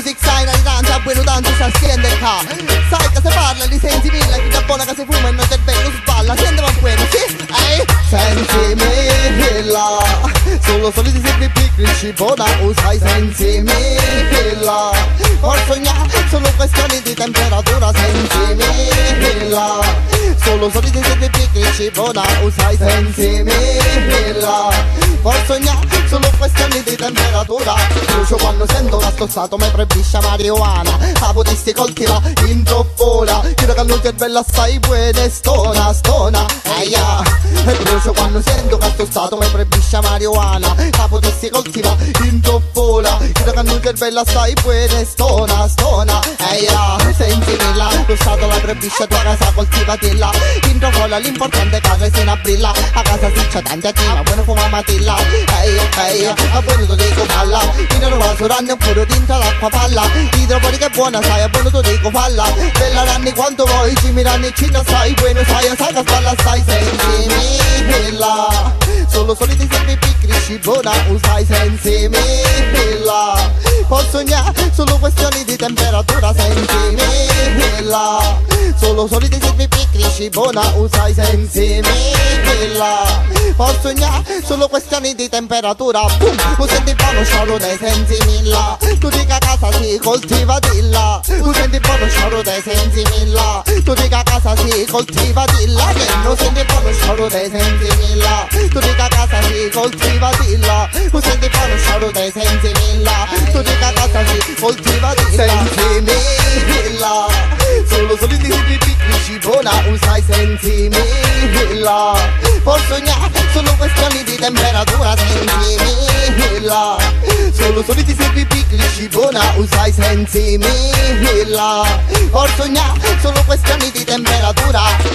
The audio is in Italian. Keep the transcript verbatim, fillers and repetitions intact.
music sai, la danza, buono tanto si assiende qua. Sai che se parla di sensi mille, chi da buona che si fuma e non c'è bello sballa. Siente ma buono, sì? Ehi? Sensi milla, solo soliti sempre piccoli, buona usai sensi milla. For sognare, solo questioni di temperatura, sensi milla. Solo soliti sempre piccoli, buona usai sensi milla. For sognare, solo questioni di temperatura. Lucio quando sento che sto stato mi proibisce marijuana. La potisti coltiva in troppola. Io che non c'è bella assai buona, stona, stona, eia. E Lucio quando sento che sto stato mi proibisce marijuana. La potisti coltiva in troppola. Io che non c'è bella assai buona, stona, stona, eia. Sentimilla, lo stato la proibisce, tua casa coltivatilla. In troppola l'importante è che casa si nabrilla. A casa si c'è tanta attiva, buona fuma matilla. Ehi, ehi, a buono tu dico falla. In un vaso ranno pure dentro l'acqua palla. Idroponica è buona, sai, a buono tu dico falla. Bella ranni quanto vuoi, ci miranni ci da sai. Buono sai, sai che spalla stai, sentimilla. Solo soliti sempre piccoli, buona usai sentimilla. Posso sognare, solo questioni di temperatura, sentimilla. Solo soliti sempre piccoli, buona usai sentimilla. Posso sognare, solo questioni di temperatura. Boom, tu senti buono scioro dei sentimilla. Tu dica casa si coltiva dilla. Tu senti buono scioro dei sentimilla. Tu dica casa si coltiva dilla. Che non senti buono scioro dei sentimilla. Tu dica casa si coltiva dilla. Tu senti buono scioro dei sentimilla. Tu dica casa si coltiva dilla. Sentimilla. Solo soliti sempre piccoli, buona usai sentimilla. Posso sognare, solo questioni di temperatura, sentimilla. Solo soliti sempre piccoli, buona usai sentimilla. Posso sognare, solo questioni di temperatura.